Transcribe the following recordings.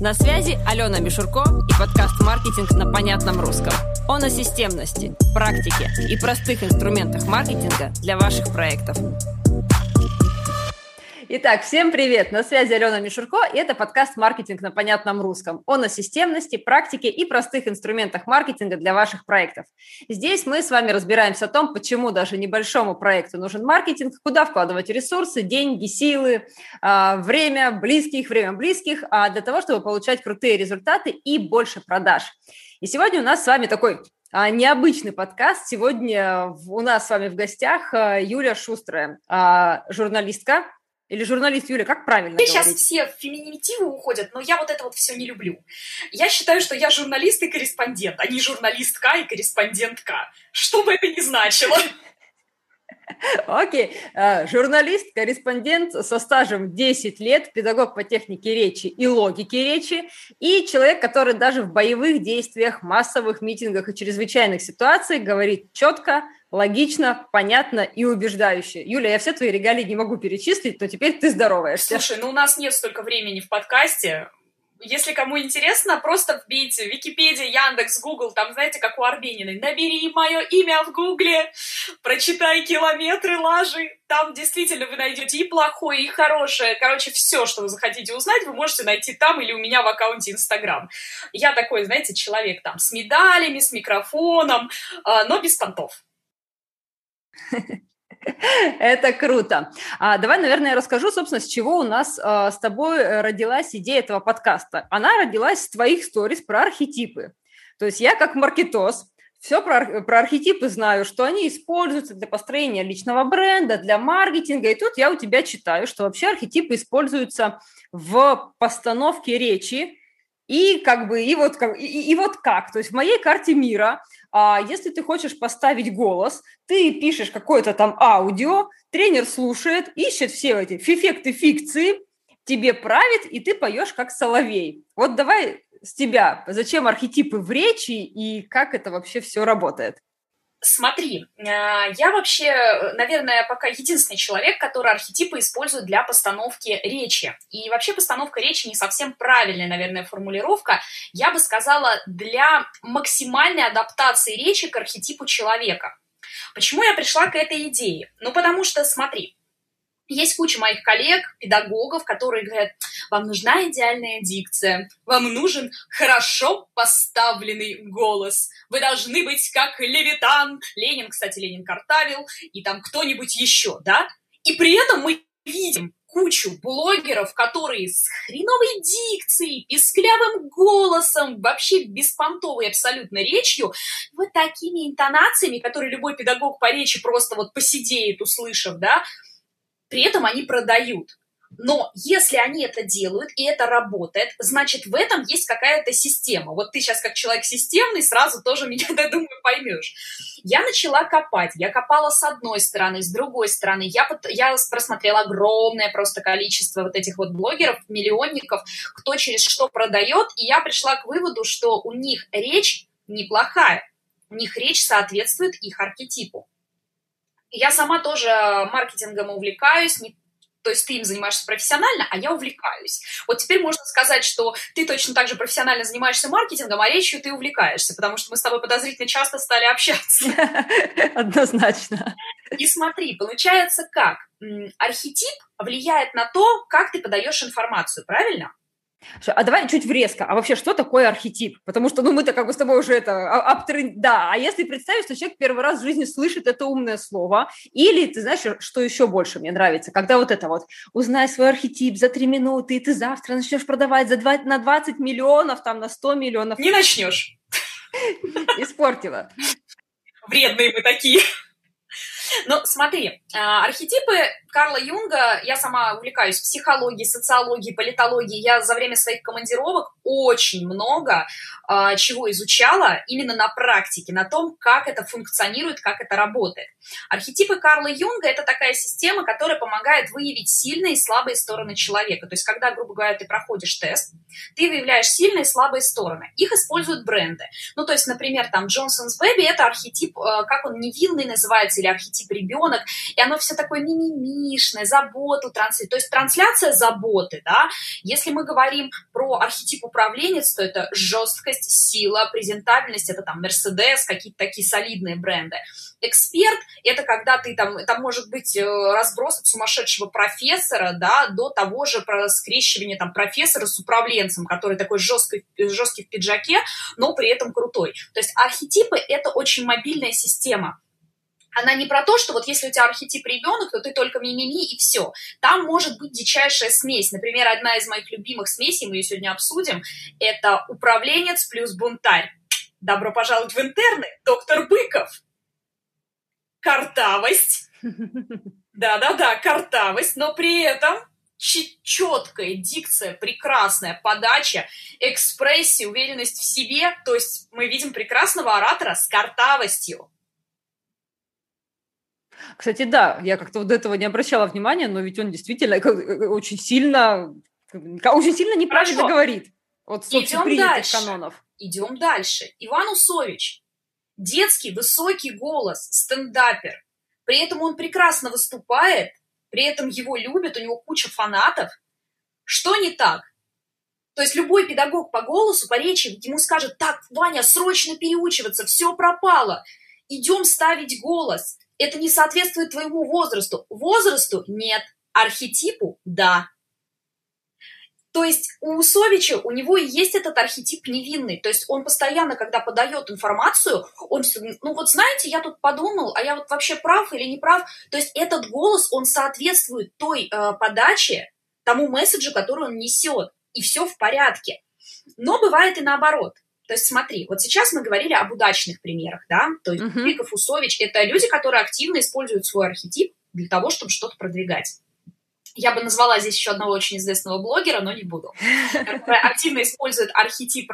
На связи Алена Мишурко и подкаст «Маркетинг на понятном русском». Он о системности, практике и простых инструментах маркетинга для ваших проектов. Итак, всем привет! На связи Алена Мишурко, и это подкаст «Маркетинг на понятном русском». Он о системности, практике и простых инструментах маркетинга для ваших проектов. Здесь мы с вами разбираемся о том, почему даже небольшому проекту нужен маркетинг, куда вкладывать ресурсы, деньги, силы, время близких, для того, чтобы получать крутые результаты и больше продаж. И сегодня у нас с вами такой необычный подкаст. Сегодня у нас с вами в гостях Юля Шустрая, журналистка. Или журналист, Юля, как правильно говорить? Сейчас все в феминитивы уходят, но я вот это вот все не люблю. Я считаю, что я журналист и корреспондент, а не журналистка и корреспондентка. Что бы это ни значило. Окей. Журналист, корреспондент со стажем 10 лет, педагог по технике речи и логике речи, и человек, который даже в боевых действиях, массовых митингах и чрезвычайных ситуациях говорит четко, логично, понятно и убеждающе. Юля, я все твои регалии не могу перечислить, но теперь ты здороваешься. Слушай, у нас нет столько времени в подкасте. Если кому интересно, просто вбейте Википедия, Яндекс, Гугл, там, знаете, как у Арбениной. Набери мое имя в Гугле, прочитай километры лажи. Там действительно вы найдете и плохое, и хорошее. Короче, все, что вы захотите узнать, вы можете найти там или у меня в аккаунте Инстаграм. Я такой, знаете, человек там с медалями, с микрофоном, но без понтов. Это круто. Давай, наверное, я расскажу, собственно, с чего у нас с тобой родилась идея этого подкаста. Она родилась с твоих сторис про архетипы. То есть я как маркетос все про архетипы знаю, что они используются для построения личного бренда, для маркетинга. И тут я у тебя читаю, что вообще архетипы используются в постановке речи. И вот как. То есть в моей карте мира, если ты хочешь поставить голос, ты пишешь какое-то там аудио, тренер слушает, ищет все эти эффекты фикции, тебе правит, и ты поешь как соловей. Вот давай с тебя, зачем архетипы в речи и как это вообще все работает? Смотри, я вообще, наверное, пока единственный человек, который архетипы использует для постановки речи. И вообще постановка речи не совсем правильная, наверное, формулировка. Я бы сказала, для максимальной адаптации речи к архетипу человека. Почему я пришла к этой идее? Потому что, смотри, есть куча моих коллег, педагогов, которые говорят, вам нужна идеальная дикция, вам нужен хорошо поставленный голос, вы должны быть как Левитан, Ленин, кстати, Ленин картавил, и там кто-нибудь еще, да? И при этом мы видим кучу блогеров, которые с хреновой дикцией, писклявым голосом, вообще беспонтовой абсолютно речью, вот такими интонациями, которые любой педагог по речи просто вот посидеет, услышав, да? При этом они продают. Но если они это делают, и это работает, значит, в этом есть какая-то система. Вот ты сейчас как человек системный сразу тоже меня, я думаю, поймешь. Я начала копать. Я копала с одной стороны, с другой стороны. Я просмотрела огромное просто количество вот этих вот блогеров, миллионников, кто через что продает. И я пришла к выводу, что у них речь неплохая. У них речь соответствует их архетипу. Я сама тоже маркетингом увлекаюсь, то есть ты им занимаешься профессионально, а я увлекаюсь. Вот теперь можно сказать, что ты точно так же профессионально занимаешься маркетингом, а речью ты увлекаешься, потому что мы с тобой подозрительно часто стали общаться. Однозначно. И смотри, получается как? Архетип влияет на то, как ты подаешь информацию, правильно? А давай чуть врезко. А вообще, что такое архетип? Потому что, мы-то как бы с тобой уже это... Да, а если представить, что человек первый раз в жизни слышит это умное слово, или, ты знаешь, что еще больше мне нравится, когда вот это вот, узнай свой архетип за 3 минуты, и ты завтра начнешь продавать на 20 миллионов, там, на 100 миллионов. Не начнешь. Испортила. Вредные мы такие. Ну, смотри, архетипы Карла Юнга, я сама увлекаюсь психологией, социологией, политологией. Я за время своих командировок очень много чего изучала именно на практике, на том, как это функционирует, как это работает. Архетипы Карла Юнга – это такая система, которая помогает выявить сильные и слабые стороны человека. То есть, когда, грубо говоря, ты проходишь тест, ты выявляешь сильные и слабые стороны. Их используют бренды. Ну, то есть, например, там Johnson's Baby – это архетип, как он, невинный называется, или архетип ребенок, и оно все такое ми-ми-ми, мимимишное, заботу транслирует. То есть трансляция заботы, да. Если мы говорим про архетип управленец, то это жесткость, сила, презентабельность, это там Mercedes, какие-то такие солидные бренды. Эксперт – это когда ты там может быть разброс от сумасшедшего профессора, да, до того же скрещивания там профессора с управленцем, который такой жесткий в пиджаке, но при этом крутой. То есть архетипы – это очень мобильная система. Она не про то, что вот если у тебя архетип ребенок, то ты только мимими и все. Там может быть дичайшая смесь. Например, одна из моих любимых смесей, мы ее сегодня обсудим, это управленец плюс бунтарь. Добро пожаловать в интерны, доктор Быков. Картавость. Да-да-да, картавость, но при этом четкая дикция, прекрасная подача, экспрессия, уверенность в себе. То есть мы видим прекрасного оратора с картавостью. Кстати, да, я как-то до этого не обращала внимания, но ведь он действительно очень сильно неправильно Хорошо. Говорит. Вот с общепринятых канонов. Идем дальше. Иван Усович. Детский высокий голос, стендапер. При этом он прекрасно выступает, при этом его любят, у него куча фанатов. Что не так? То есть любой педагог по голосу, по речи ему скажет: так, Ваня, срочно переучиваться, все пропало. Идем ставить голос. Это не соответствует твоему возрасту. Возрасту нет, архетипу да. То есть у Усовича, у него и есть этот архетип невинный. То есть он постоянно, когда подает информацию, он, ну вот знаете, я тут подумал, а я вот вообще прав или не прав. То есть этот голос, он соответствует той подаче, тому месседжу, который он несет. И все в порядке. Но бывает и наоборот. То есть смотри, вот сейчас мы говорили об удачных примерах, да? То есть Быков, Усович – это люди, которые активно используют свой архетип для того, чтобы что-то продвигать. Я бы назвала здесь еще одного очень известного блогера, но не буду. Который активно использует архетип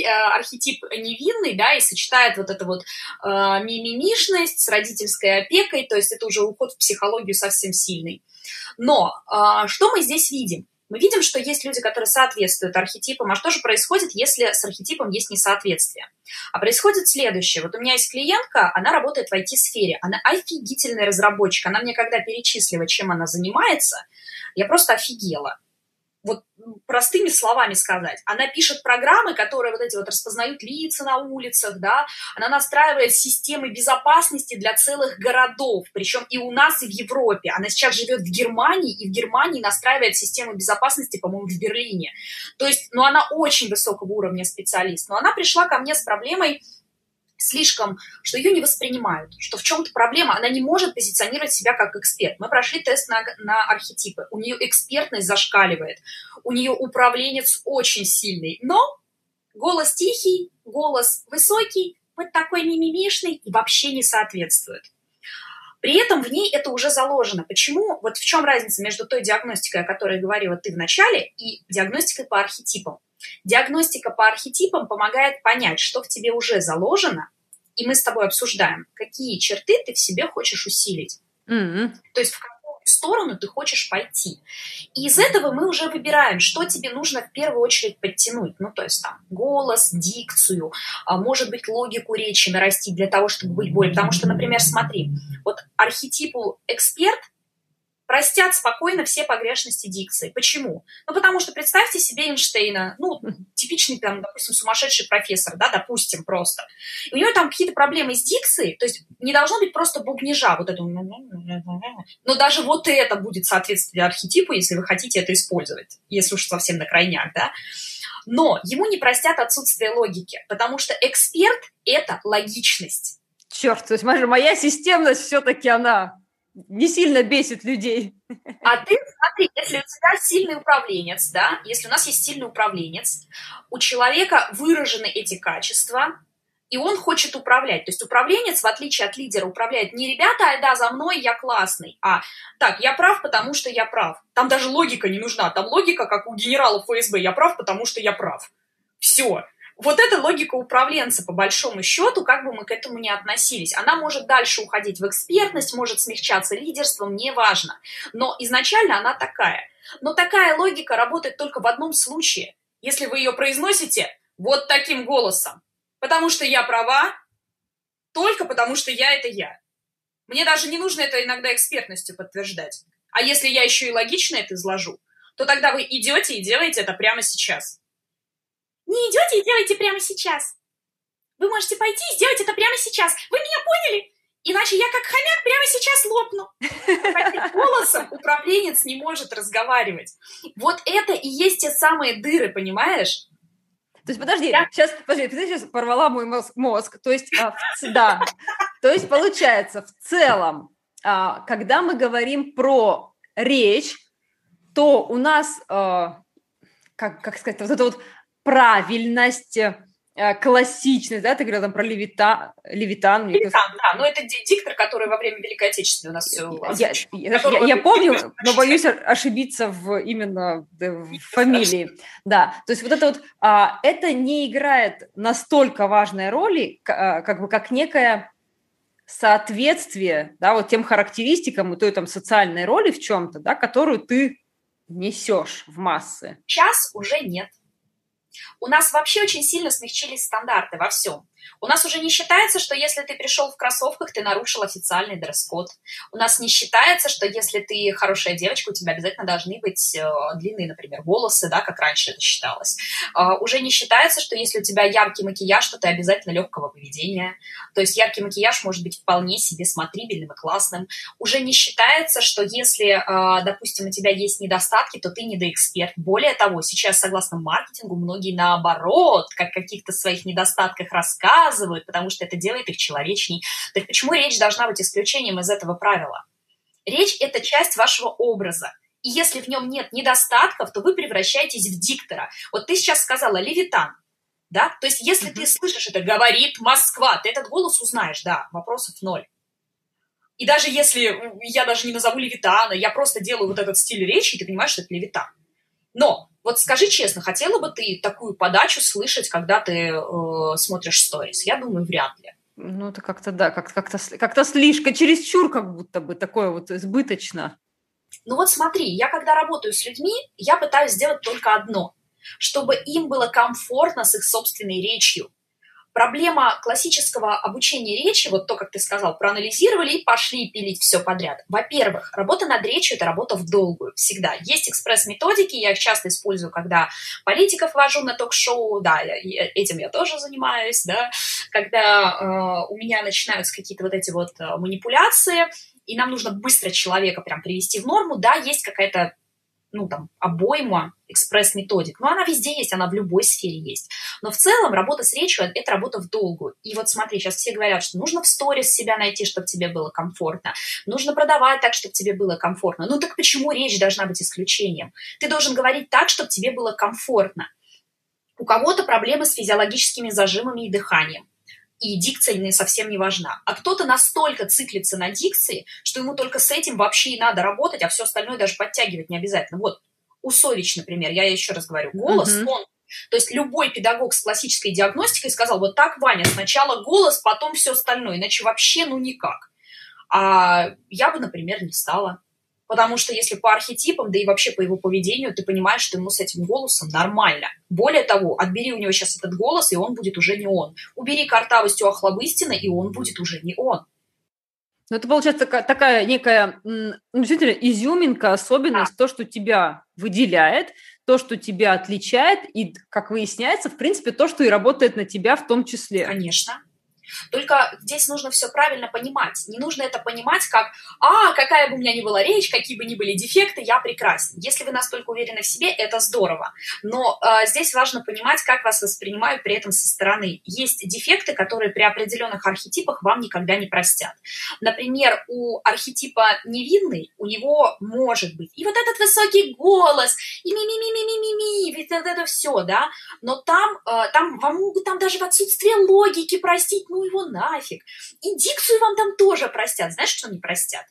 невинный, да, и сочетает вот эту вот мимимишность с родительской опекой, то есть это уже уход в психологию совсем сильный. Но что мы здесь видим? Мы видим, что есть люди, которые соответствуют архетипам. А что же происходит, если с архетипом есть несоответствие? А происходит следующее. Вот у меня есть клиентка, она работает в IT-сфере. Она офигительный разработчик. Она мне когда перечислила, чем она занимается, я просто офигела. Вот простыми словами сказать. Она пишет программы, которые вот эти вот распознают лица на улицах, да. Она настраивает системы безопасности для целых городов, причем и у нас, и в Европе. Она сейчас живет в Германии, и в Германии настраивает системы безопасности, по-моему, в Берлине. То есть, ну, она очень высокого уровня специалист. Но она пришла ко мне с проблемой слишком, что ее не воспринимают, что в чем-то проблема, она не может позиционировать себя как эксперт. Мы прошли тест на архетипы, у нее экспертность зашкаливает, у нее управленец очень сильный, но голос тихий, голос высокий, вот такой мимимишный и вообще не соответствует. При этом в ней это уже заложено. Почему? Вот в чем разница между той диагностикой, о которой говорила ты в начале, и диагностикой по архетипам? Диагностика по архетипам помогает понять, что в тебе уже заложено, и мы с тобой обсуждаем, какие черты ты в себе хочешь усилить. То есть в какую сторону ты хочешь пойти. И из этого мы уже выбираем, что тебе нужно в первую очередь подтянуть. Ну, то есть там голос, дикцию, может быть, логику речи нарастить для того, чтобы быть более... Потому что, например, смотри, вот архетипу эксперт простят спокойно все погрешности дикции. Почему? Ну, потому что представьте себе Эйнштейна, ну, типичный, там, допустим, сумасшедший профессор, да, допустим, просто. И у него там какие-то проблемы с дикцией, то есть не должно быть просто бубнижа, вот это, но даже вот это будет соответствовать архетипу, если вы хотите это использовать, если уж совсем на крайняк, да. Но ему не простят отсутствие логики, потому что эксперт – это логичность. Черт, то есть моя системность все-таки она... не сильно бесит людей. А ты смотри, если у тебя сильный управленец, да, если у нас есть сильный управленец, у человека выражены эти качества, и он хочет управлять. То есть управленец, в отличие от лидера, управляет не ребята, ай да, за мной, я классный, а так, я прав, потому что я прав. Там даже логика не нужна, там логика, как у генералов ФСБ, я прав, потому что я прав. Все. Вот эта логика управленца, по большому счету, как бы мы к этому ни относились, она может дальше уходить в экспертность, может смягчаться лидерством, неважно. Но изначально она такая. Но такая логика работает только в одном случае, если вы ее произносите вот таким голосом. Потому что я права, только потому что я – это я. Мне даже не нужно это иногда экспертностью подтверждать. А если я еще и логично это изложу, то тогда вы идете и делаете это прямо сейчас. Не идете и делаете прямо сейчас. Вы можете пойти и сделать это прямо сейчас. Вы меня поняли? Иначе я как хомяк прямо сейчас лопну. Таким голосом управленец не может разговаривать. Вот это и есть те самые дыры, понимаешь? То есть, подожди, сейчас порвала мой мозг. То есть, да. То есть, получается, в целом, когда мы говорим про речь, то у нас, как сказать, вот эта вот правильность, классичность, да, ты говорила там про Левитан. Левитан, да, но это диктор, который во время Великой Отечественной у нас все озвучил. Я помню, но боюсь ошибиться именно в фамилии. Да, то есть вот это вот, это не играет настолько важной роли, как некое соответствие, да, вот тем характеристикам и той там социальной роли в чем-то, да, которую ты несешь в массы. Сейчас уже нет. У нас вообще очень сильно смягчились стандарты во всем. У нас уже не считается, что если ты пришел в кроссовках, ты нарушил официальный дресс-код. У нас не считается, что если ты хорошая девочка, у тебя обязательно должны быть длинные, например, волосы, да, как раньше это считалось. Уже не считается, что если у тебя яркий макияж, то ты обязательно легкого поведения. То есть яркий макияж может быть вполне себе смотрибельным и классным. Уже не считается, что если, допустим, у тебя есть недостатки, то ты недоэксперт. Более того, сейчас, согласно маркетингу, многие наоборот, как о каких-то своих недостатках рассказывают, потому что это делает их человечней. Так почему речь должна быть исключением из этого правила? Речь – это часть вашего образа. И если в нем нет недостатков, то вы превращаетесь в диктора. Вот ты сейчас сказала «Левитан», да? То есть если ты слышишь это «говорит Москва», ты этот голос узнаешь, да, вопросов ноль. И даже если я даже не назову Левитана, я просто делаю вот этот стиль речи, и ты понимаешь, что это Левитан. Но вот скажи честно, хотела бы ты такую подачу слышать, когда ты смотришь сторис? Я думаю, вряд ли. Ну, это как-то, да, как-то слишком, чересчур как будто бы такое вот избыточно. Ну вот смотри, я когда работаю с людьми, я пытаюсь сделать только одно, чтобы им было комфортно с их собственной речью. Проблема классического обучения речи, вот то, как ты сказал, проанализировали и пошли пилить все подряд. Во-первых, работа над речью – это работа в долгую, всегда. Есть экспресс-методики, я их часто использую, когда политиков вожу на ток-шоу, да, этим я тоже занимаюсь, да, когда у меня начинаются какие-то вот эти вот манипуляции, и нам нужно быстро человека прям привести в норму, да, есть какая-то обойма экспресс-методик. Но она везде есть, она в любой сфере есть. Но в целом работа с речью – это работа в долгую. И вот смотри, сейчас все говорят, что нужно в сторис себя найти, чтобы тебе было комфортно. Нужно продавать так, чтобы тебе было комфортно. Ну так почему речь должна быть исключением? Ты должен говорить так, чтобы тебе было комфортно. У кого-то проблемы с физиологическими зажимами и дыханием. И дикция совсем не важна. А кто-то настолько циклится на дикции, что ему только с этим вообще и надо работать, а все остальное даже подтягивать не обязательно. Вот Усович, например, я еще раз говорю, голос, тон. То есть любой педагог с классической диагностикой сказал, вот так, Ваня, сначала голос, потом все остальное, иначе вообще никак. А я бы, например, не стала. Потому что если по архетипам, да и вообще по его поведению, ты понимаешь, что ему с этим голосом нормально. Более того, отбери у него сейчас этот голос, и он будет уже не он. Убери картавость у Охлобыстина, и он будет уже не он. Ну, это получается такая некая, действительно, изюминка, особенность, то, что тебя выделяет, то, что тебя отличает, и, как выясняется, в принципе, то, что и работает на тебя в том числе. Конечно. Только здесь нужно все правильно понимать. Не нужно это понимать как какая бы у меня ни была речь, какие бы ни были дефекты, я прекрасен. Если вы настолько уверены в себе, это здорово. Но здесь важно понимать, как вас воспринимают при этом со стороны. Есть дефекты, которые при определенных архетипах вам никогда не простят. Например, у архетипа невинный, у него может быть и вот этот высокий голос, и ми-ми-ми-ми-ми-ми-ми, ведь это все, да. Но там вам могут даже в отсутствие логики простить, его нафиг. И дикцию вам там тоже простят. Знаешь, что не простят?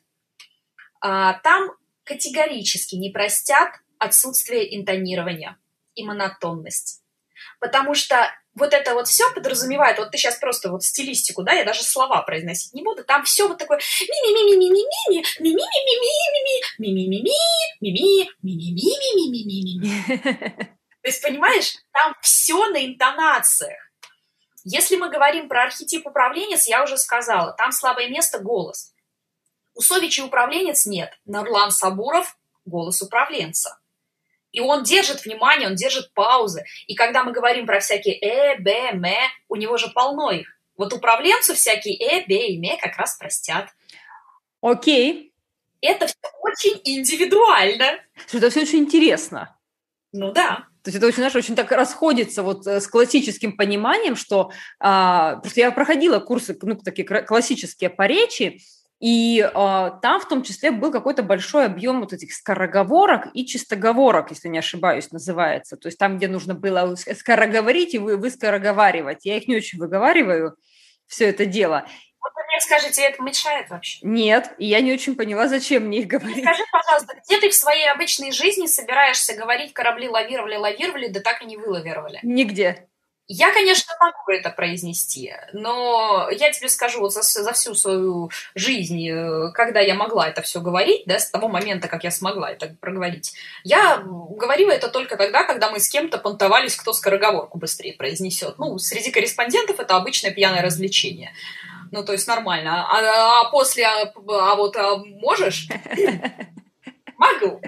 Там категорически не простят отсутствие интонирования и монотонность. Потому что вот это вот все подразумевает, вот ты сейчас просто вот стилистику, да, я даже слова произносить не буду, там все вот такое ми-ми-ми-ми-ми-ми-ми, ми-ми-ми-ми-ми-ми, ми-ми-ми-ми-ми, ми-ми-ми-ми-ми-ми-ми. То есть, понимаешь, там все на интонациях. Если мы говорим про архетип управленец, я уже сказала, там слабое место – голос. Усовичий управленец нет. Нурлан Сабуров – голос управленца. И он держит внимание, он держит паузы. И когда мы говорим про всякие б, м, у него же полно их. Вот управленцу всякие б и м как раз простят. Окей. Это все очень индивидуально. Это все очень интересно. Ну да. То есть это очень, знаешь, очень так расходится вот с классическим пониманием, что просто я проходила курсы, такие классические по речи, и там в том числе был какой-то большой объем вот этих скороговорок и чистоговорок, если не ошибаюсь, называется. То есть там, где нужно было скороговорить и выскороговаривать. Я их не очень выговариваю, все это дело. Вот вы мне скажите, это мешает вообще? Нет, и я не очень поняла, зачем мне их говорить. Скажи, пожалуйста, где ты в своей обычной жизни собираешься говорить, корабли лавировали, да так и не вылавировали? Нигде. Я, конечно, могу это произнести, но я тебе скажу, вот за всю свою жизнь, когда я могла это все говорить, да, с того момента, как я смогла это проговорить, я говорила это только тогда, когда мы с кем-то понтовались, кто скороговорку быстрее произнесет. Ну, среди корреспондентов это обычное пьяное развлечение. Ну, то есть нормально. А после, можешь? Могу.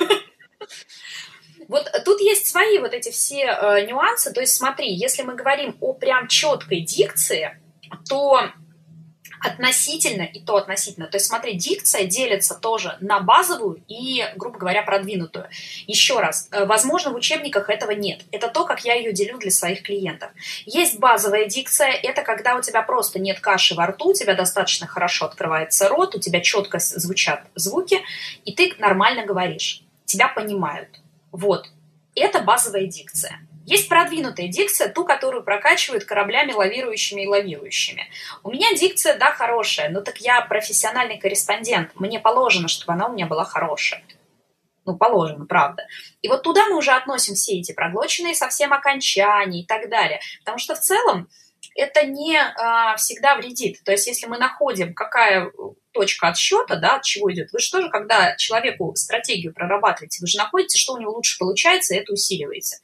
Вот тут есть свои вот эти все нюансы. То есть смотри, если мы говорим о прям четкой дикции, то относительно. То есть смотри, дикция делится тоже на базовую и, грубо говоря, продвинутую. Еще раз, возможно, в учебниках этого нет. Это то, как я ее делю для своих клиентов. Есть базовая дикция, это когда у тебя просто нет каши во рту, у тебя достаточно хорошо открывается рот, у тебя четко звучат звуки, и ты нормально говоришь. Тебя понимают. Вот. Это базовая дикция. Есть продвинутая дикция, ту, которую прокачивают кораблями лавирующими и лавирующими. У меня дикция, да, хорошая, но так я профессиональный корреспондент. Мне положено, чтобы она у меня была хорошая. Ну, положено, правда. И вот туда мы уже относим все эти проглоченные совсем окончания и так далее. Потому что в целом это не всегда вредит. То есть если мы находим, какая точка отсчета, да, от чего идет, вы же тоже, когда человеку стратегию прорабатываете, вы же находите, что у него лучше получается, и это усиливаете.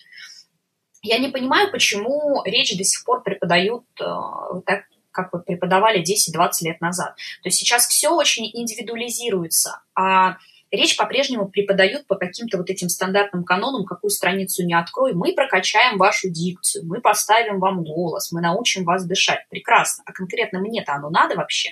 Я не понимаю, почему речь до сих пор преподают так, как вот преподавали 10-20 лет назад. То есть сейчас все очень индивидуализируется, а речь по-прежнему преподают по каким-то вот этим стандартным канонам, какую страницу не открой, мы прокачаем вашу дикцию, мы поставим вам голос, мы научим вас дышать. Прекрасно. А конкретно мне-то оно надо вообще?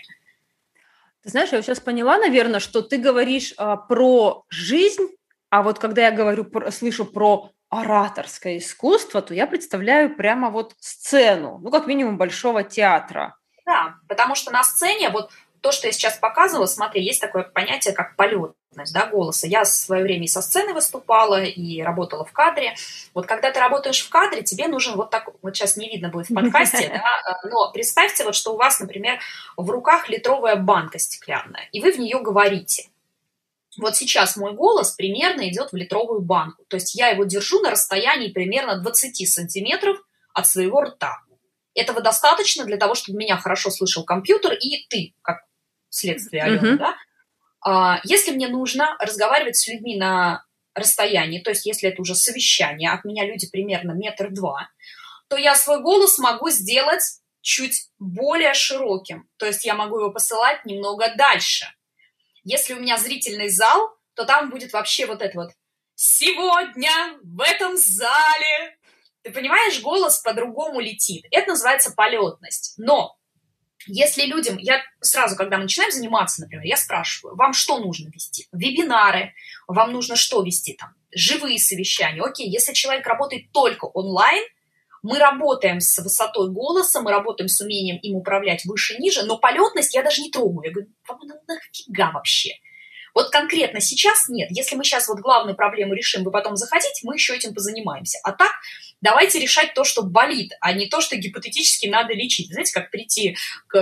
Ты знаешь, я сейчас поняла, наверное, что ты говоришь про жизнь, а вот когда я слышу про ораторское искусство, то я представляю прямо вот сцену, ну, как минимум, большого театра. Да, потому что на сцене, вот то, что я сейчас показывала, смотри, есть такое понятие, как полетность, да, голоса. Я в свое время и со сцены выступала, и работала в кадре. Вот когда ты работаешь в кадре, тебе нужен вот так, вот сейчас не видно будет в подкасте, да, но представьте, вот, что у вас, например, в руках литровая банка стеклянная, и вы в нее говорите. Вот сейчас мой голос примерно идет в литровую банку. То есть я его держу на расстоянии примерно 20 сантиметров от своего рта. Этого достаточно для того, чтобы меня хорошо слышал компьютер и ты, как следствие, Алена, да? Если мне нужно разговаривать с людьми на расстоянии, то есть если это уже совещание, от меня люди примерно 1,2 метра, то я свой голос могу сделать чуть более широким. То есть я могу его посылать немного дальше. Если у меня зрительный зал, то там будет вообще вот это вот «Сегодня в этом зале». Ты понимаешь, голос по-другому летит. Это называется полетность. Но если людям... Я сразу, когда мы начинаем заниматься, например, я спрашиваю, вам что нужно вести? Вебинары? Вам нужно что вести там? Живые совещания? Окей, если человек работает только онлайн, мы работаем с высотой голоса, мы работаем с умением им управлять выше-ниже, но полетность я даже не трогаю. Я говорю, вам нафига вообще? Вот конкретно сейчас нет. Если мы сейчас вот главную проблему решим, вы потом захотите, мы еще этим позанимаемся. А так давайте решать то, что болит, а не то, что гипотетически надо лечить. Знаете, как прийти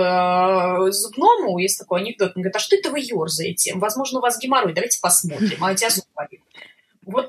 к зубному, есть такой анекдот, он говорит, а что это вы ерзаете? Возможно, у вас геморрой, давайте посмотрим, а у тебя зуб болит. Вот.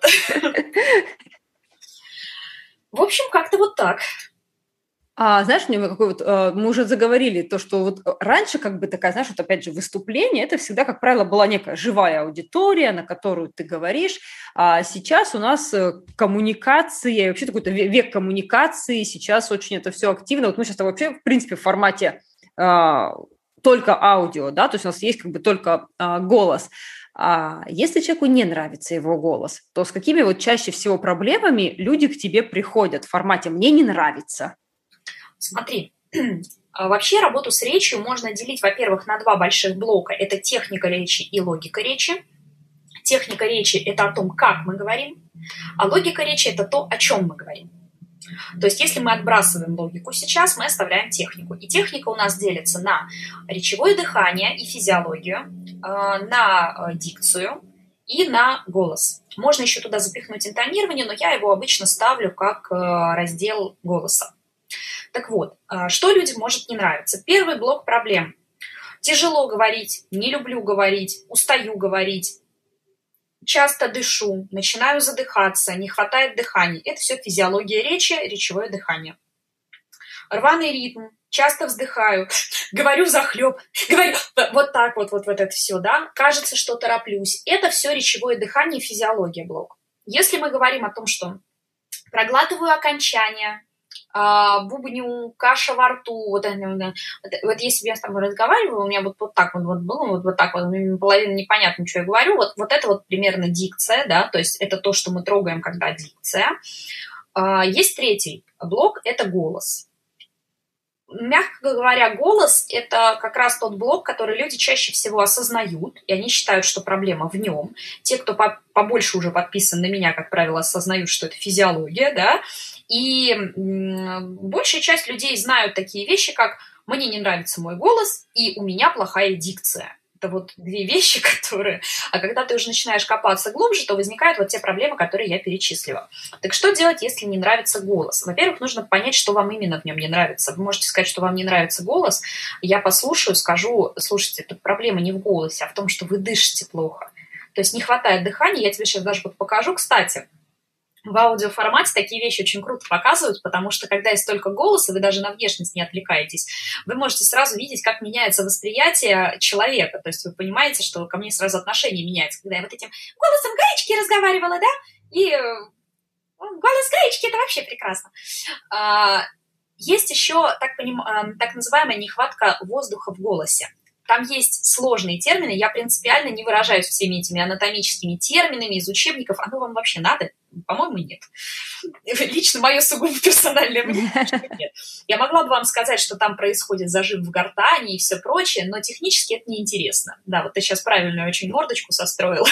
В общем, как-то вот так. Знаешь, мы уже заговорили, то, что вот раньше как бы такая, знаешь, вот опять же выступление, это всегда, как правило, была некая живая аудитория, на которую ты говоришь, а сейчас у нас коммуникация, вообще такой-то век коммуникации, сейчас очень это все активно, вот мы сейчас вообще, в принципе, в формате только аудио, да, то есть у нас есть как бы только голос. А если человеку не нравится его голос, то с какими вот чаще всего проблемами люди к тебе приходят в формате «мне не нравится»? Смотри, вообще работу с речью можно делить, во-первых, на два больших блока. Это техника речи и логика речи. Техника речи – это о том, как мы говорим, а логика речи – это то, о чем мы говорим. То есть если мы отбрасываем логику сейчас, мы оставляем технику. И техника у нас делится на речевое дыхание и физиологию, на дикцию и на голос. Можно еще туда запихнуть интонирование, но я его обычно ставлю как раздел голоса. Так вот, что людям может не нравиться? Первый блок проблем. Тяжело говорить, не люблю говорить, устаю говорить, часто дышу, начинаю задыхаться, не хватает дыхания. Это все физиология речи, речевое дыхание. Рваный ритм, часто вздыхаю, говорю взахлеб, говорю вот так вот это все, да. Кажется, что тороплюсь. Это все речевое дыхание, физиология блок. Если мы говорим о том, что проглатываю окончания, бубню, каша во рту, вот если я с тобой разговариваю, у меня вот так вот было, вот так вот, половина непонятно, что я говорю, вот это вот примерно дикция, да, то есть это то, что мы трогаем, когда дикция. Есть третий блок, это голос. Мягко говоря, голос – это как раз тот блок, который люди чаще всего осознают, и они считают, что проблема в нем. Те, кто побольше уже подписан на меня, как правило, осознают, что это физиология, да, и большая часть людей знают такие вещи, как «мне не нравится мой голос» и «у меня плохая дикция». Это вот две вещи, которые... А когда ты уже начинаешь копаться глубже, то возникают вот те проблемы, которые я перечислила. Так что делать, если не нравится голос? Во-первых, нужно понять, что вам именно в нем не нравится. Вы можете сказать, что вам не нравится голос. Я послушаю, скажу, слушайте, тут проблема не в голосе, а в том, что вы дышите плохо. То есть не хватает дыхания. Я тебе сейчас даже вот покажу, кстати. В аудиоформате такие вещи очень круто показывают, потому что когда есть только голос, и вы даже на внешность не отвлекаетесь, вы можете сразу видеть, как меняется восприятие человека. То есть вы понимаете, что ко мне сразу отношение меняется. Когда я вот этим голосом Гаечки разговаривала, да, и голос Гаечки – это вообще прекрасно. Есть еще так называемая нехватка воздуха в голосе. Там есть сложные термины, я принципиально не выражаюсь всеми этими анатомическими терминами из учебников. Оно вам вообще надо? По-моему, нет. Лично мое сугубо персональное мнение, нет. Я могла бы вам сказать, что там происходит зажим в гортани и все прочее, но технически это неинтересно. Да, вот ты сейчас правильную очень мордочку состроила.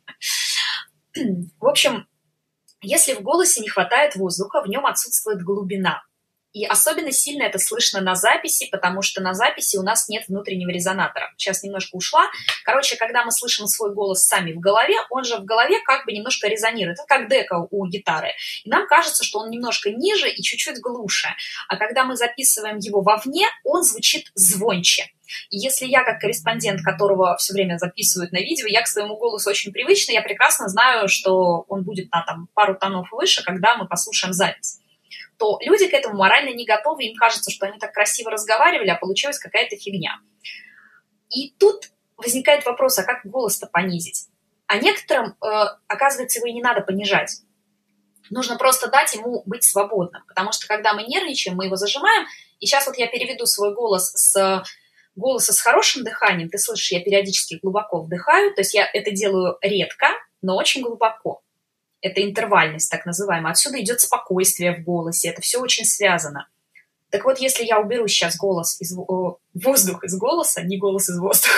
В общем, если в голосе не хватает воздуха, в нем отсутствует глубина. И особенно сильно это слышно на записи, потому что на записи у нас нет внутреннего резонатора. Сейчас немножко ушла. Короче, когда мы слышим свой голос сами в голове, он же в голове как бы немножко резонирует. Это как дека у гитары. И нам кажется, что он немножко ниже и чуть-чуть глуше. А когда мы записываем его вовне, он звучит звонче. И если я, как корреспондент, которого все время записывают на видео, я к своему голосу очень привычна, я прекрасно знаю, что он будет на пару тонов выше, когда мы послушаем запись. То люди к этому морально не готовы, им кажется, что они так красиво разговаривали, а получилась какая-то фигня. И тут возникает вопрос, а как голос-то понизить? А некоторым, оказывается, его и не надо понижать. Нужно просто дать ему быть свободным, потому что когда мы нервничаем, мы его зажимаем, и сейчас вот я переведу свой голос с голоса с хорошим дыханием, ты слышишь, я периодически глубоко вдыхаю, то есть я это делаю редко, но очень глубоко. Это интервальность, так называемая. Отсюда идет спокойствие в голосе. Это все очень связано. Так вот, если я уберу сейчас воздух из голоса, не голос из воздуха,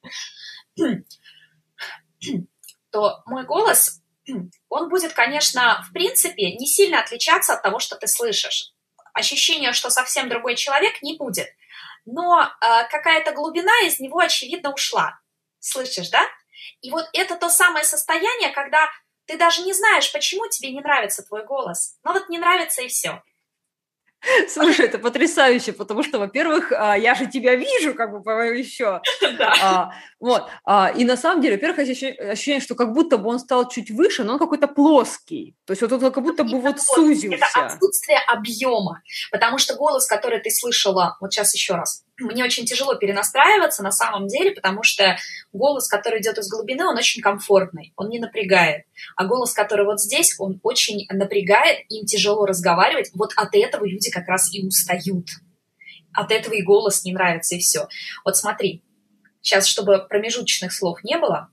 то мой голос, он будет, конечно, в принципе, не сильно отличаться от того, что ты слышишь. Ощущение, что совсем другой человек, не будет. Но какая-то глубина из него, очевидно, ушла. Слышишь, да? И вот это то самое состояние, когда ты даже не знаешь, почему тебе не нравится твой голос. Но вот не нравится и все. Слушай, это потрясающе, потому что, во-первых, я же тебя вижу, как бы, еще. Да. И на самом деле, во-первых, ощущение, что как будто бы он стал чуть выше, но он какой-то плоский. То есть вот он как будто бы вот сузился. Это отсутствие объема. Потому что голос, который ты слышала, вот сейчас еще раз, мне очень тяжело перенастраиваться на самом деле, потому что голос, который идет из глубины, он очень комфортный, он не напрягает. А голос, который вот здесь, он очень напрягает, им тяжело разговаривать. Вот от этого люди как раз и устают. от этого и голос не нравится, и все. Вот смотри, сейчас, чтобы промежуточных слов не было.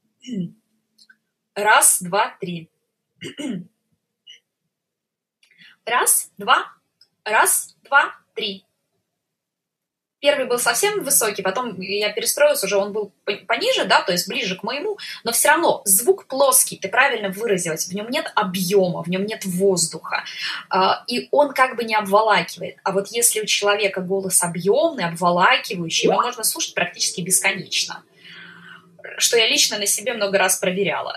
Раз, два, три. Раз, два, три. Первый был совсем высокий, потом я перестроилась, уже он был пониже, да, то есть ближе к моему, но все равно звук плоский, ты правильно выразилась, в нем нет объема, в нем нет воздуха, и он как бы не обволакивает. А вот если у человека голос объемный, обволакивающий, его можно слушать практически бесконечно, что я лично на себе много раз проверяла.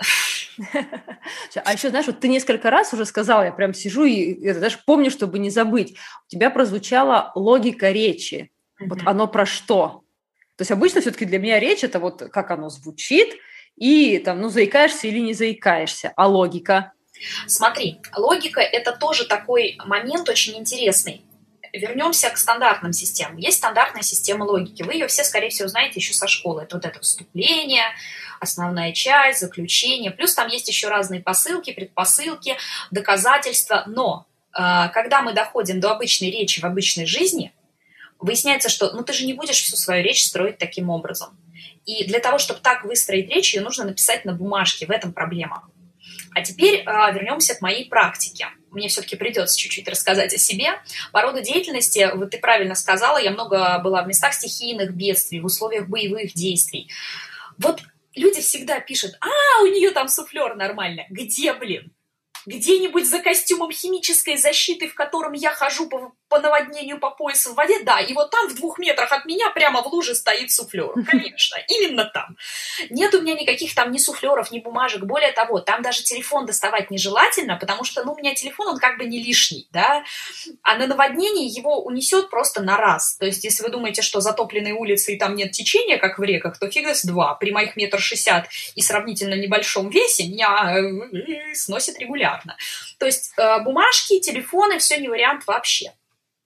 А еще, знаешь, вот ты несколько раз уже сказала, я прям сижу и даже помню, чтобы не забыть, у тебя прозвучала логика речи. Вот оно про что? То есть обычно все-таки для меня речь – это вот как оно звучит, и там, ну, заикаешься или не заикаешься. А логика? Смотри, логика – это тоже такой момент очень интересный. Вернемся к стандартным системам. Есть стандартная система логики. Вы ее все, скорее всего, знаете еще со школы. Это вот это вступление, основная часть, заключение. Плюс там есть еще разные посылки, предпосылки, доказательства. Но когда мы доходим до обычной речи в обычной жизни, выясняется, что ты же не будешь всю свою речь строить таким образом. И для того, чтобы так выстроить речь, ее нужно написать на бумажке. В этом проблема. А теперь вернемся к моей практике. Мне все-таки придется чуть-чуть рассказать о себе. По роду деятельности, вот ты правильно сказала, я много была в местах стихийных бедствий, в условиях боевых действий. Вот люди всегда пишут, у нее там суфлер нормально. Где, блин? Где-нибудь за костюмом химической защиты, в котором я хожу по наводнению по поясу в воде, да, и вот там в 2 метрах от меня прямо в луже стоит суфлер. Конечно, именно там. Нет у меня никаких там ни суфлеров, ни бумажек. Более того, там даже телефон доставать нежелательно, потому что, у меня телефон, он как бы не лишний, да, а на наводнении его унесет просто на раз. То есть, если вы думаете, что затопленные улицы и там нет течения, как в реках, то фига с два. При моих 1,60 м и сравнительно небольшом весе меня сносит регулярно. То есть бумажки, телефоны, все не вариант вообще.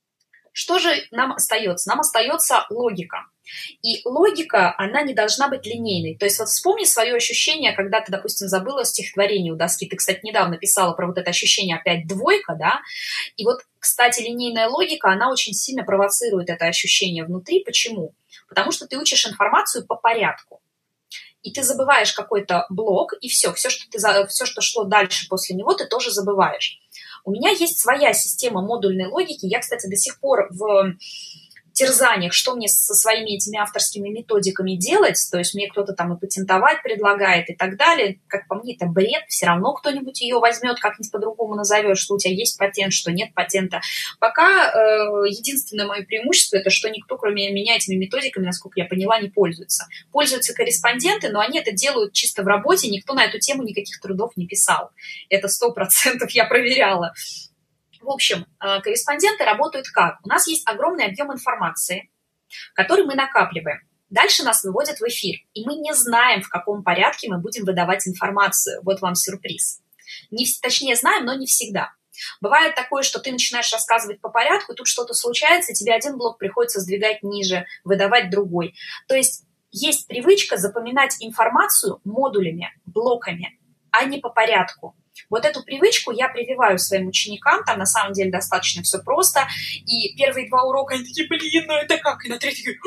Что же нам остается? Нам остается логика. И логика, она не должна быть линейной. То есть вот вспомни свое ощущение, когда ты, допустим, забыла стихотворение у доски. Ты, кстати, недавно писала про вот это ощущение опять двойка, да? И вот, кстати, линейная логика, она очень сильно провоцирует это ощущение внутри. Почему? Потому что ты учишь информацию по порядку. И ты забываешь какой-то блок, и все, что шло дальше после него, ты тоже забываешь. У меня есть своя система модульной логики. Я, кстати, до сих пор в терзаниях, что мне со своими этими авторскими методиками делать, то есть мне кто-то там и патентовать предлагает и так далее. Как по мне, это бред, все равно кто-нибудь ее возьмет, как-нибудь по-другому назовет, что у тебя есть патент, что нет патента. Пока единственное мое преимущество, это что никто, кроме меня, этими методиками, насколько я поняла, не пользуется. Пользуются корреспонденты, но они это делают чисто в работе, никто на эту тему никаких трудов не писал. Это 100% я проверяла. В общем, корреспонденты работают как? У нас есть огромный объем информации, который мы накапливаем. Дальше нас выводят в эфир, и мы не знаем, в каком порядке мы будем выдавать информацию. Вот вам сюрприз. Точнее, знаем, но не всегда. Бывает такое, что ты начинаешь рассказывать по порядку, и тут что-то случается, и тебе один блок приходится сдвигать ниже, выдавать другой. То есть привычка запоминать информацию модулями, блоками, а не по порядку. Вот эту привычку я прививаю своим ученикам, там на самом деле достаточно все просто, и первые 2 урока они такие, блин, это как? И на 3-й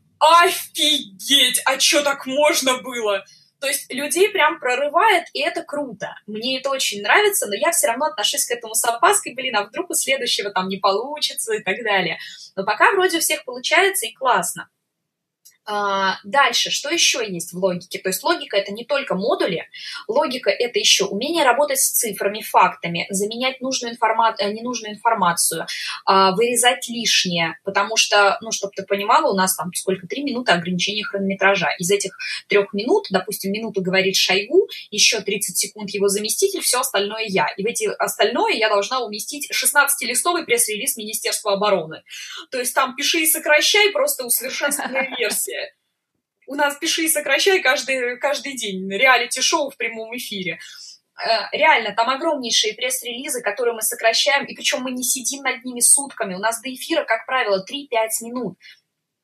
офигеть, а что так можно было? То есть людей прям прорывает, и это круто. Мне это очень нравится, но я все равно отношусь к этому с опаской, а вдруг у следующего там не получится и так далее. Но пока вроде у всех получается и классно. Дальше, что еще есть в логике? То есть логика – это не только модули, логика – это еще умение работать с цифрами, фактами, заменять ненужную информацию, вырезать лишнее, потому что, чтобы ты понимала, у нас там 3 минуты ограничения хронометража. Из этих 3 минут, допустим, минуту говорит Шойгу, еще 30 секунд его заместитель, все остальное я. И в эти остальное я должна уместить 16-листовый пресс-релиз Министерства обороны. То есть там пиши и сокращай, просто усовершенствованная версия. У нас пиши и сокращай каждый день. Реалити-шоу в прямом эфире. Реально, там огромнейшие пресс-релизы, которые мы сокращаем, и причем мы не сидим над ними сутками. У нас до эфира, как правило, 3-5 минут. В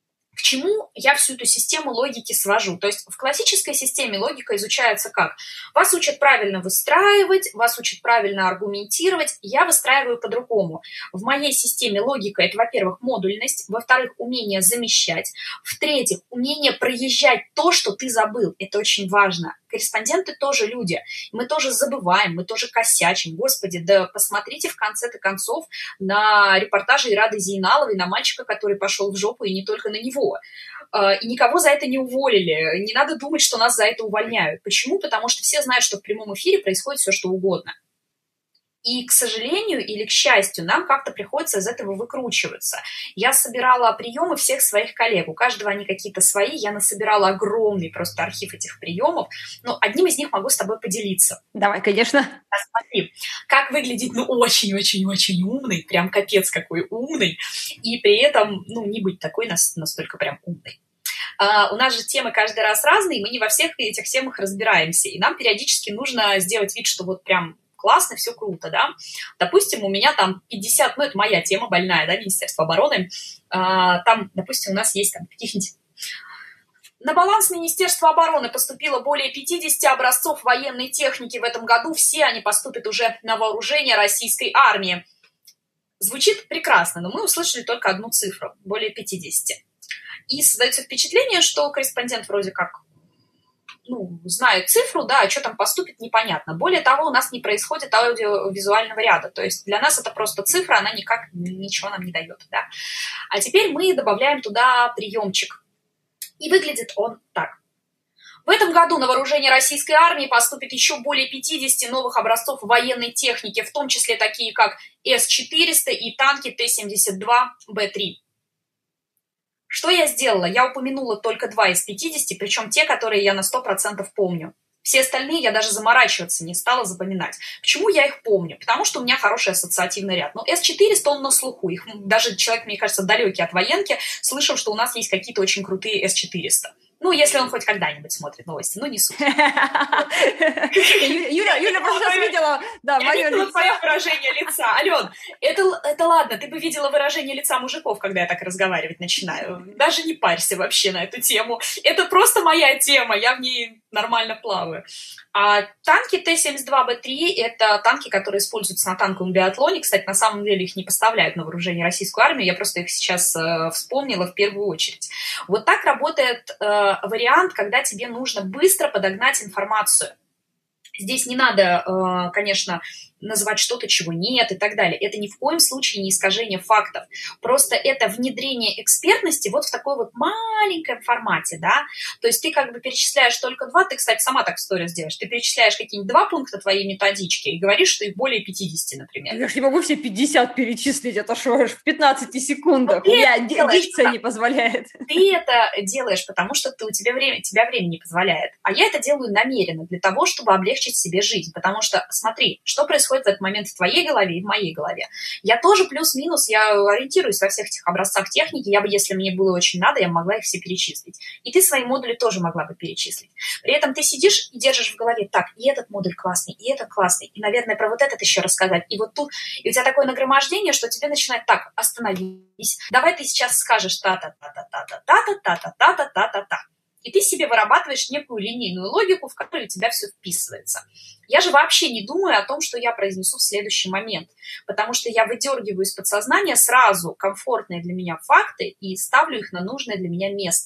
К чему я всю эту систему логики свожу? То есть в классической системе логика изучается как? Вас учат правильно выстраивать, вас учат правильно аргументировать. Я выстраиваю по-другому. В моей системе логика – это, во-первых, модульность, во-вторых, умение замещать, в-третьих, умение проезжать то, что ты забыл. Это очень важно. Корреспонденты тоже люди. Мы тоже забываем, мы тоже косячим. Господи, да посмотрите в конце-то концов на репортажи Ирады Зейналовой, на мальчика, который пошел в жопу, и не только на него. И никого за это не уволили. Не надо думать, что нас за это увольняют. Почему? Потому что все знают, что в прямом эфире происходит все, что угодно. И, к сожалению или к счастью, нам как-то приходится из этого выкручиваться. Я собирала приемы всех своих коллег. У каждого они какие-то свои. Я насобирала огромный просто архив этих приемов. Но одним из них могу с тобой поделиться. Давай, конечно. Смотри, как выглядеть, очень-очень-очень умный, прям капец какой умный, и при этом, не быть такой настолько прям умной. У нас же темы каждый раз разные, мы не во всех этих темах разбираемся, и нам периодически нужно сделать вид, что вот прям классно, все круто, да. Допустим, у меня там 50, это моя тема больная, да, Министерство обороны, там, допустим, у нас есть там каких-нибудь... На баланс Министерства обороны поступило более 50 образцов военной техники в этом году, все они поступят уже на вооружение российской армии. Звучит прекрасно, но мы услышали только одну цифру, более 50. И создается впечатление, что корреспондент вроде как знает цифру, да, а что там поступит, непонятно. Более того, у нас не происходит аудиовизуального ряда, то есть для нас это просто цифра, она никак ничего нам не дает, да. А теперь мы добавляем туда приемчик, и выглядит он так. В этом году на вооружение российской армии поступит еще более 50 новых образцов военной техники, в том числе такие как С-400 и танки Т-72Б3. Что я сделала? Я упомянула только 2 из 50, причем те, которые я на 100% помню. Все остальные я даже заморачиваться не стала запоминать. Почему я их помню? Потому что у меня хороший ассоциативный ряд. Но С-400, он на слуху. Их даже человек, мне кажется, далекий от военки, слышал, что у нас есть какие-то очень крутые С-400. Если он хоть когда-нибудь смотрит новости, не суть. Юля просто сейчас видела, да, мое лицо. Твое выражение лица. Ален, это ладно, ты бы видела выражение лица мужиков, когда я так разговаривать начинаю. Даже не парься вообще на эту тему. Это просто моя тема, я в ней нормально плаваю. А танки Т-72Б3 – это танки, которые используются на танковом биатлоне. Кстати, на самом деле их не поставляют на вооружение российскую армию. Я просто их сейчас вспомнила в первую очередь. Вот так работает вариант, когда тебе нужно быстро подогнать информацию. Здесь не надо, конечно, называть что-то, чего нет и так далее. Это ни в коем случае не искажение фактов. Просто это внедрение экспертности вот в такой вот маленьком формате, да. То есть ты как бы перечисляешь только 2, ты, кстати, сама так в сторис делаешь, ты перечисляешь какие-нибудь 2 пункта твоей методички и говоришь, что их более 50, например. Я же не могу все 50 перечислить, это что, в 15 секундах. У меня дикция не позволяет. Ты это делаешь, потому что тебя время не позволяет. А я это делаю намеренно, для того, чтобы облегчить себе жизнь. Потому что, смотри, что происходит в этот момент в твоей голове и в моей голове. Я тоже плюс-минус, я ориентируюсь во всех этих образцах техники, я бы, если мне было очень надо, я могла их все перечислить. И ты свои модули тоже могла бы перечислить. При этом ты сидишь и держишь в голове, так, и этот модуль классный, и этот классный, и, наверное, про вот этот еще рассказать, и вот тут, и у тебя такое нагромождение, что тебе начинает, так, остановись, давай ты сейчас скажешь та-та-та-та-та-та-та-та-та-та-та-та-та. И ты себе вырабатываешь некую линейную логику, в которую у тебя все вписывается. Я же вообще не думаю о том, что я произнесу в следующий момент, потому что я выдергиваю из подсознания сразу комфортные для меня факты и ставлю их на нужное для меня место.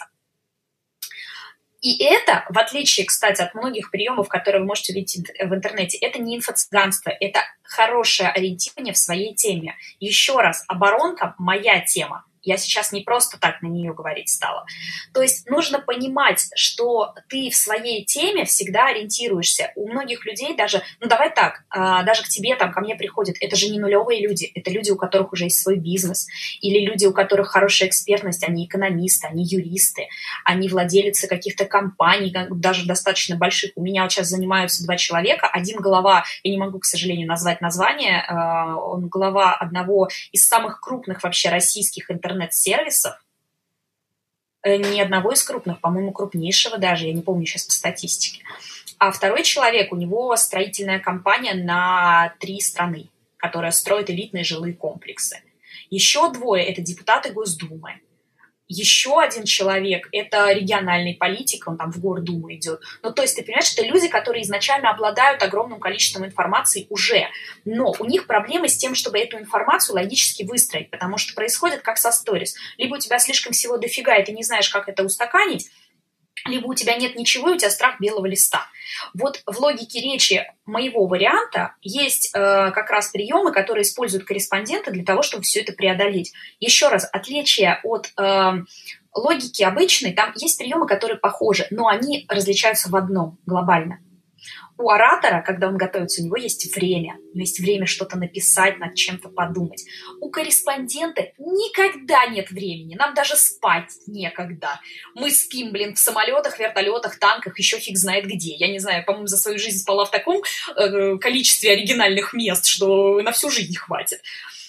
И это, в отличие, кстати, от многих приемов, которые вы можете увидеть в интернете, это не инфо-цыганство, это хорошее ориентирование в своей теме. Еще раз, оборонка – моя тема. Я сейчас не просто так на нее говорить стала. То есть нужно понимать, что ты в своей теме всегда ориентируешься. У многих людей даже, давай так, даже к тебе, ко мне приходят, это же не нулевые люди, это люди, у которых уже есть свой бизнес, или люди, у которых хорошая экспертность, они экономисты, они юристы, они владельцы каких-то компаний, даже достаточно больших. У меня вот сейчас занимаются 2 человека, один глава, я не могу, к сожалению, назвать название, он глава одного из самых крупных вообще российских интернет-сервисов, ни одного из крупных, по-моему, крупнейшего даже, я не помню сейчас по статистике. А второй человек, у него строительная компания на 3 страны, которая строит элитные жилые комплексы. Еще 2 – это депутаты Госдумы. Еще один человек – это региональный политик, он там в Гордуму идет. Ну, то есть, ты понимаешь, это люди, которые изначально обладают огромным количеством информации уже, но у них проблемы с тем, чтобы эту информацию логически выстроить, потому что происходит как со сторис. Либо у тебя слишком всего дофига, и ты не знаешь, как это устаканить, либо у тебя нет ничего, и у тебя страх белого листа. Вот в логике речи моего варианта есть как раз приемы, которые используют корреспонденты для того, чтобы все это преодолеть. Еще раз, отличие от логики обычной, там есть приемы, которые похожи, но они различаются в одном глобально. У оратора, когда он готовится, у него есть время что-то написать, над чем-то подумать. У корреспондента никогда нет времени, нам даже спать некогда. Мы спим, в самолетах, вертолетах, танках, еще фиг знает где. Я не знаю, по-моему, за свою жизнь спала в таком количестве оригинальных мест, что на всю жизнь хватит.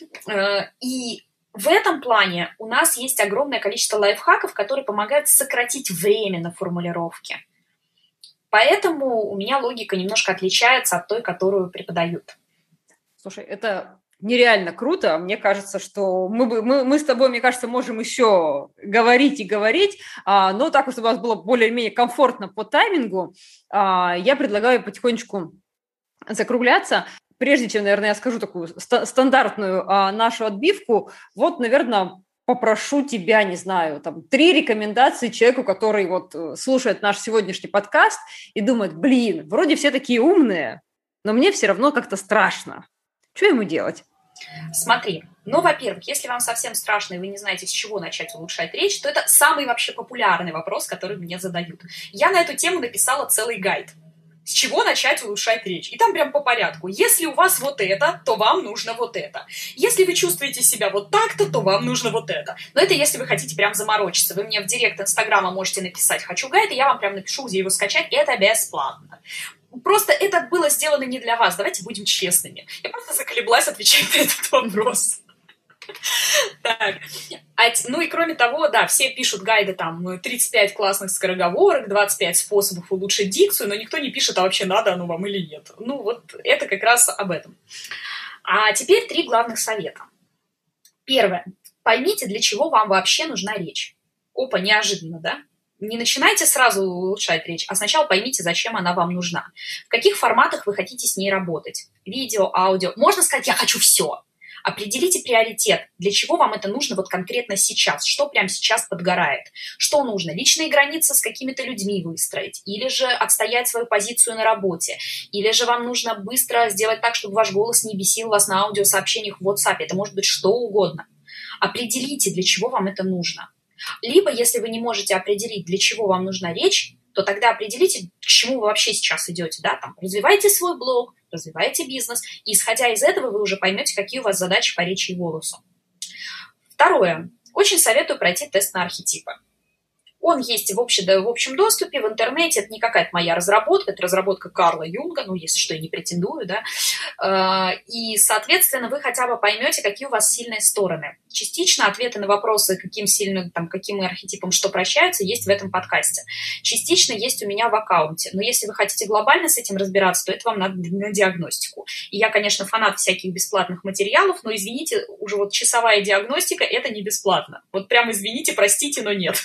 И в этом плане у нас есть огромное количество лайфхаков, которые помогают сократить время на формулировке. Поэтому у меня логика немножко отличается от той, которую преподают. Слушай, это нереально круто. Мне кажется, что мы с тобой, мне кажется, можем еще говорить и говорить, но так, чтобы у вас было более-менее комфортно по таймингу, я предлагаю потихонечку закругляться. Прежде чем, наверное, я скажу такую стандартную нашу отбивку, вот, наверное, попрошу тебя, не знаю, 3 рекомендации человеку, который вот слушает наш сегодняшний подкаст и думает, вроде все такие умные, но мне все равно как-то страшно. Что ему делать? Смотри, во-первых, если вам совсем страшно и вы не знаете, с чего начать улучшать речь, то это самый вообще популярный вопрос, который мне задают. Я на эту тему написала целый гайд. С чего начать улучшать речь? И там прям по порядку. Если у вас вот это, то вам нужно вот это. Если вы чувствуете себя вот так-то, то вам нужно вот это. Но это если вы хотите прям заморочиться. Вы мне в директ Инстаграма можете написать «хочу гайд», и я вам прям напишу, где его скачать. Это бесплатно. Просто это было сделано не для вас. Давайте будем честными. Я просто заколеблась отвечать на этот вопрос. Так. И кроме того, да, все пишут гайды, 35 классных скороговорок, 25 способов улучшить дикцию, но никто не пишет, а вообще надо оно вам или нет. Вот это как раз об этом. А теперь 3 главных совета. Первое. Поймите, для чего вам вообще нужна речь. Опа, неожиданно, да? Не начинайте сразу улучшать речь, а сначала поймите, зачем она вам нужна. В каких форматах вы хотите с ней работать. Видео, аудио. Можно сказать «я хочу все». Определите приоритет, для чего вам это нужно вот конкретно сейчас, что прямо сейчас подгорает, что нужно, личные границы с какими-то людьми выстроить, или же отстоять свою позицию на работе, или же вам нужно быстро сделать так, чтобы ваш голос не бесил вас на аудиосообщениях в WhatsApp, это может быть что угодно. Определите, для чего вам это нужно. Либо, если вы не можете определить, для чего вам нужна речь, то тогда определите, к чему вы вообще сейчас идете, да, развивайте свой блог, развивайте бизнес, и исходя из этого вы уже поймете, какие у вас задачи по речи и голосу. Второе. Очень советую пройти тест на архетипы. Он есть в общем доступе, в интернете, это не какая-то моя разработка, это разработка Карла Юнга, если что, я не претендую, да, и, соответственно, вы хотя бы поймете, какие у вас сильные стороны. Частично ответы на вопросы, каким архетипом что прощаются, есть в этом подкасте. Частично есть у меня в аккаунте, но если вы хотите глобально с этим разбираться, то это вам надо на диагностику. И я, конечно, фанат всяких бесплатных материалов, но, извините, уже вот часовая диагностика – это не бесплатно. Вот прям извините, простите, но нет.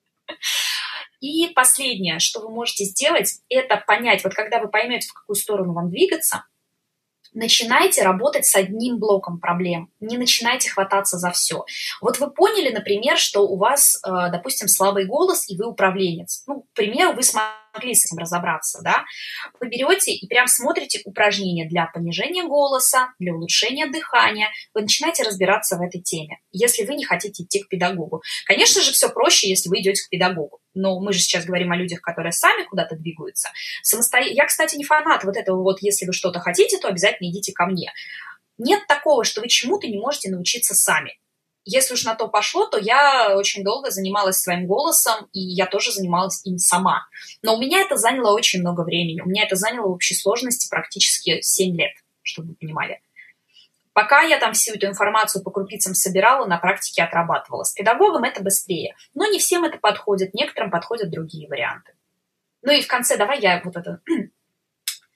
И последнее, что вы можете сделать, это понять, вот когда вы поймете, в какую сторону вам двигаться, начинайте работать с одним блоком проблем, не начинайте хвататься за все. Вот вы поняли, например, что у вас, допустим, слабый голос, и вы управленец. К примеру, вы смогли с этим разобраться, да? Вы берете и прям смотрите упражнения для понижения голоса, для улучшения дыхания. Вы начинаете разбираться в этой теме, если вы не хотите идти к педагогу. Конечно же, все проще, если вы идете к педагогу. Но мы же сейчас говорим о людях, которые сами куда-то двигаются. Я, кстати, не фанат вот этого вот, если вы что-то хотите, то обязательно идите ко мне. Нет такого, что вы чему-то не можете научиться сами. Если уж на то пошло, то я очень долго занималась своим голосом, и я тоже занималась им сама. Но у меня это заняло очень много времени. У меня это заняло в общей сложности практически 7 лет, чтобы вы понимали. Пока я всю эту информацию по крупицам собирала, на практике отрабатывала. С педагогом это быстрее. Но не всем это подходит, некоторым подходят другие варианты. И в конце давай я вот это...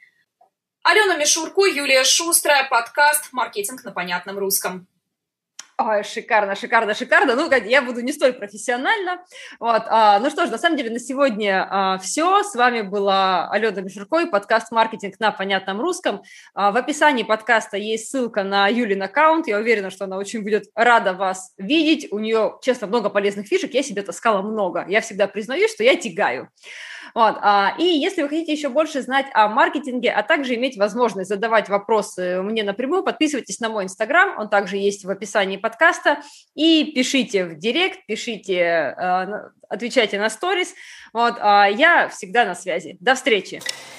Алена Мишурко, Юлия Шустрая, подкаст «Маркетинг на понятном русском». Ой, шикарно, шикарно, шикарно. Ну, я буду не столь профессионально. Вот. Ну что ж, на самом деле на сегодня все. С вами была Алена Мишурко и подкаст «Маркетинг на понятном русском». В описании подкаста есть ссылка на Юлин аккаунт. Я уверена, что она очень будет рада вас видеть. У нее, честно, много полезных фишек. Я себе таскала много. Я всегда признаюсь, что я тягаю. Вот. И если вы хотите еще больше знать о маркетинге, а также иметь возможность задавать вопросы мне напрямую, подписывайтесь на мой Инстаграм, он также есть в описании подкаста, и пишите в директ, пишите, отвечайте на сторис. Вот. Я всегда на связи. До встречи!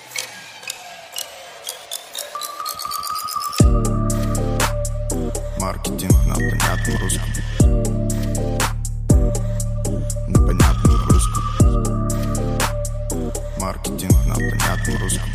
Маркетинг на понятном русском. На понятном русском. Маркетинг на понятном русском.